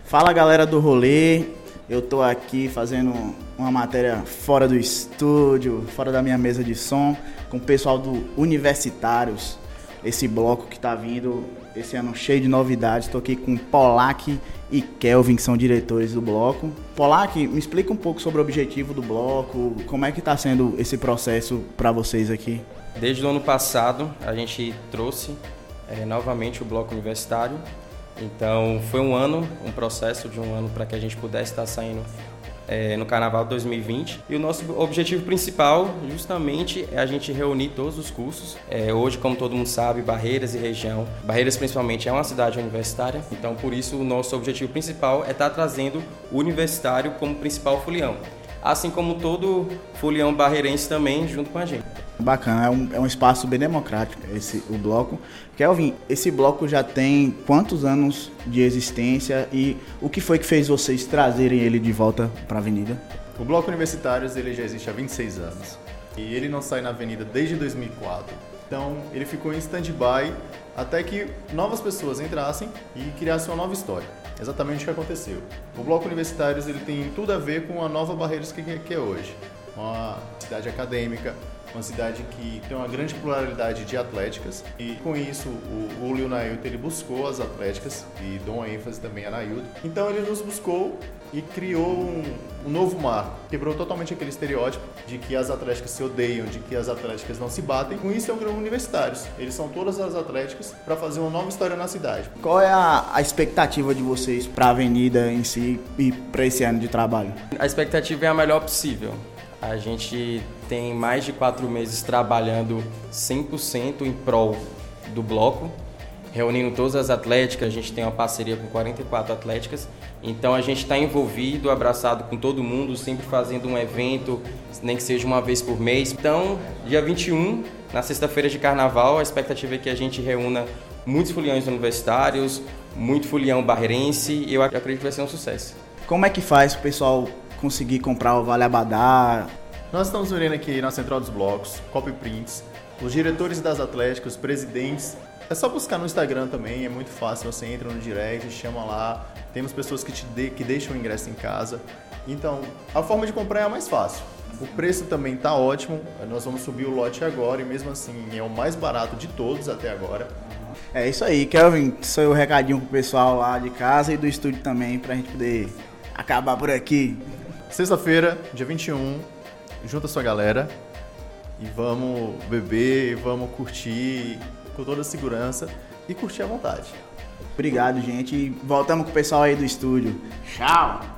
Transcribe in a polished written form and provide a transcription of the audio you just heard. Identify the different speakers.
Speaker 1: Fala galera do rolê, eu tô aqui fazendo uma matéria fora do estúdio, fora da minha mesa de som, com o pessoal do Universitários, esse bloco que tá vindo esse ano cheio de novidades. Tô aqui com Polak e Kelvin, que são diretores do bloco. Polak, me explica um pouco sobre o objetivo do bloco, como é que tá sendo esse processo para vocês aqui?
Speaker 2: Desde o ano passado a gente trouxe novamente o bloco universitário. Então foi um processo de um ano para que a gente pudesse estar saindo no Carnaval de 2020. E o nosso objetivo principal justamente é a gente reunir todos os cursos. Hoje, como todo mundo sabe, Barreiras e região, Barreiras principalmente é uma cidade universitária, então por isso o nosso objetivo principal é estar trazendo o universitário como principal folião, assim como todo folião barreirense também junto com a gente.
Speaker 1: Bacana, é um espaço bem democrático o bloco. Kelvin, esse bloco já tem quantos anos de existência e o que foi que fez vocês trazerem ele de volta para a Avenida?
Speaker 3: O Bloco Universitários ele já existe há 26 anos e ele não sai na Avenida desde 2004. Então ele ficou em stand-by até que novas pessoas entrassem e criassem uma nova história. Exatamente o que aconteceu. O Bloco Universitários ele tem tudo a ver com a nova Barreiras que é hoje. Uma cidade acadêmica, uma cidade que tem uma grande pluralidade de atléticas e com isso o Lil Nailton ele buscou as atléticas e dou uma ênfase também a Nailton. Então ele nos buscou e criou um novo marco, quebrou totalmente aquele estereótipo de que as atléticas se odeiam, de que as atléticas não se batem. Com isso é o Grêmio Universitários, eles são todas as atléticas para fazer uma nova história na cidade.
Speaker 1: Qual é a expectativa de vocês para a Avenida em si e para esse ano de trabalho?
Speaker 2: A expectativa é a melhor possível. A gente tem mais de 4 meses trabalhando 100% em prol do bloco, reunindo todas as atléticas. A gente tem uma parceria com 44 atléticas, então a gente está envolvido, abraçado com todo mundo, sempre fazendo um evento, nem que seja uma vez por mês. Então, dia 21, na sexta-feira de Carnaval, a expectativa é que a gente reúna muitos foliões universitários, muito folião barreirense, e eu acredito que vai ser um sucesso.
Speaker 1: Como é que faz o pessoal conseguir comprar o Vale Abadá?
Speaker 3: Nós estamos vendo aqui na Central dos Blocos, Copy Prints, os diretores das atléticas, os presidentes. É só buscar no Instagram também, é muito fácil, você entra no direct, chama lá, temos pessoas que deixam o ingresso em casa. Então, a forma de comprar é a mais fácil. O preço também está ótimo, nós vamos subir o lote agora e mesmo assim é o mais barato de todos até agora.
Speaker 1: É isso aí, Kelvin, seu recadinho pro pessoal lá de casa e do estúdio também, pra gente poder acabar por aqui.
Speaker 3: Sexta-feira, dia 21, junta sua galera e vamos beber, vamos curtir com toda a segurança e curtir à vontade.
Speaker 1: Obrigado, gente. E voltamos com o pessoal aí do estúdio. Tchau!